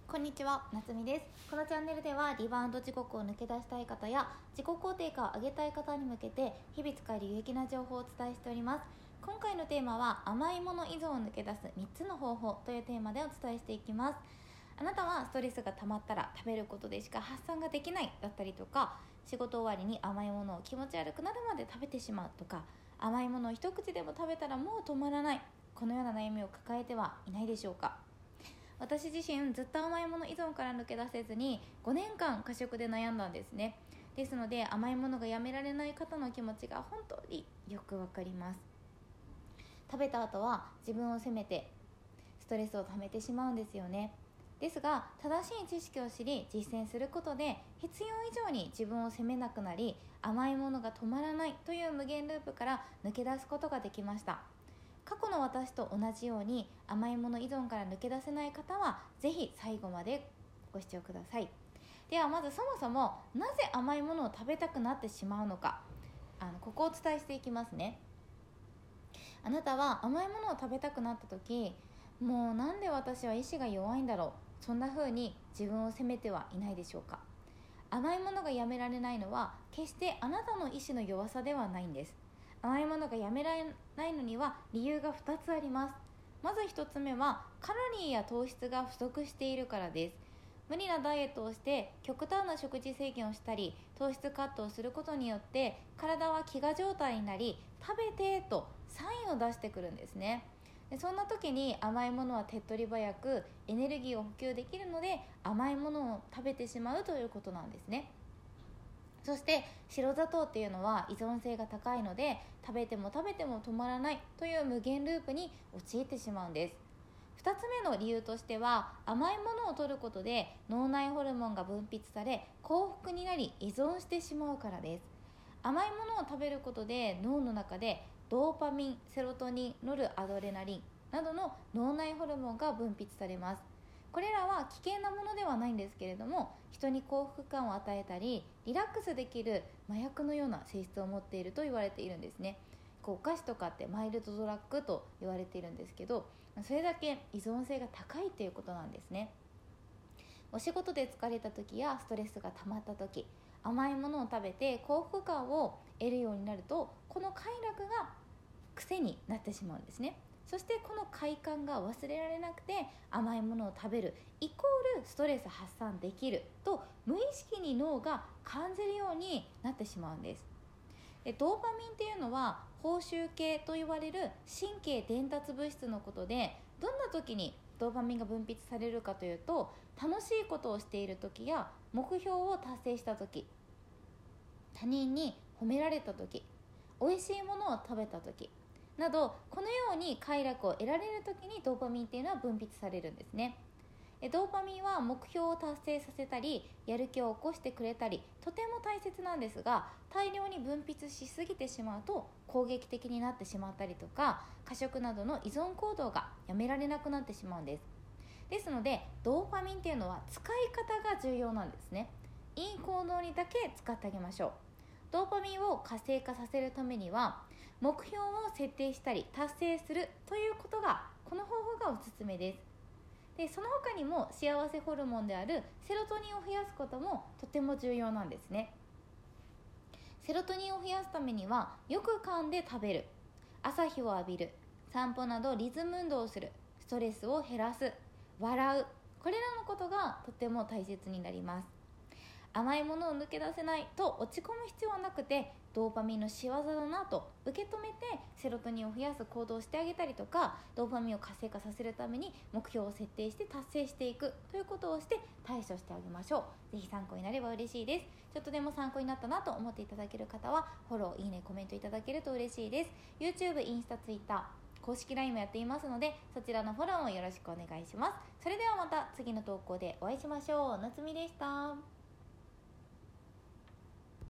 こんにちは、なつみです。このチャンネルではリバウンド地獄を抜け出したい方や自己肯定感を上げたい方に向けて日々使える有益な情報をお伝えしております。今回のテーマは甘いもの依存を抜け出す3つの方法というテーマでお伝えしていきます。あなたはストレスが溜まったら食べることでしか発散ができないだったりとか、仕事終わりに甘いものを気持ち悪くなるまで食べてしまうとか、甘いものを一口でも食べたらもう止まらない、このような悩みを抱えてはいないでしょうか。私自身ずっと甘いもの依存から抜け出せずに5年間過食で悩んだんですね。ですので甘いものがやめられない方の気持ちが本当によくわかります。食べた後は自分を責めてストレスを溜めてしまうんですよね。ですが正しい知識を知り実践することで必要以上に自分を責めなくなり、甘いものが止まらないという無限ループから抜け出すことができました。過去の私と同じように甘いもの依存から抜け出せない方はぜひ最後までご視聴ください。ではまずそもそもなぜ甘いものを食べたくなってしまうのか、ここをお伝えしていきますね。あなたは甘いものを食べたくなった時、もうなんで私は意志が弱いんだろう、そんな風に自分を責めてはいないでしょうか。甘いものがやめられないのは決してあなたの意志の弱さではないんです。甘いものがやめられないのには理由が2つあります。まず1つ目はカロリーや糖質が不足しているからです。無理なダイエットをして極端な食事制限をしたり糖質カットをすることによって体は飢餓状態になり、食べてとサインを出してくるんですね。でそんな時に甘いものは手っ取り早くエネルギーを補給できるので甘いものを食べてしまうということなんですね。そして白砂糖っていうのは依存性が高いので食べても食べても止まらないという無限ループに陥ってしまうんです。2つ目の理由としては甘いものを摂ることで脳内ホルモンが分泌され幸福になり依存してしまうからです。甘いものを食べることで脳の中でドーパミン、セロトニン、ノルアドレナリンなどの脳内ホルモンが分泌されます。これらは危険なものではないんですけれども、人に幸福感を与えたりリラックスできる麻薬のような性質を持っていると言われているんですね。お菓子とかってマイルドドラッグと言われているんですけど、それだけ依存性が高いということなんですね。お仕事で疲れた時やストレスが溜まった時、甘いものを食べて幸福感を得るようになると、この快楽が癖になってしまうんですね。そしてこの快感が忘れられなくて甘いものを食べるイコールストレス発散できると無意識に脳が感じるようになってしまうんです。でドーパミンっていうのは報酬系と言われる神経伝達物質のことで、どんな時にドーパミンが分泌されるかというと、楽しいことをしている時や目標を達成した時、他人に褒められた時、美味しいものを食べた時など、このように快楽を得られる時にドーパミンっていうのは分泌されるんですね。ドーパミンは目標を達成させたりやる気を起こしてくれたりとても大切なんですが、大量に分泌しすぎてしまうと攻撃的になってしまったりとか、過食などの依存行動がやめられなくなってしまうんです。ですのでドーパミンっていうのは使い方が重要なんですね。いい行動にだけ使ってあげましょう。ドーパミンを活性化させるためには目標を設定したり達成するということが、この方法がおすすめです。でその他にも幸せホルモンであるセロトニンを増やすこともとても重要なんですね。セロトニンを増やすためにはよく噛んで食べる、朝日を浴びる、散歩などリズム運動をする、ストレスを減らす、笑う、これらのことがとても大切になります。甘いものを抜け出せないと落ち込む必要はなくて、ドーパミンの仕業だなと受け止めてセロトニンを増やす行動をしてあげたりとか、ドーパミンを活性化させるために目標を設定して達成していくということをして対処してあげましょう。ぜひ参考になれば嬉しいです。ちょっとでも参考になったなと思っていただける方はフォロー、いいね、コメントいただけると嬉しいです。 YouTube、インスタ、Twitter、公式 LINE もやっていますので、そちらのフォローもよろしくお願いします。それではまた次の投稿でお会いしましょう。なつみでした。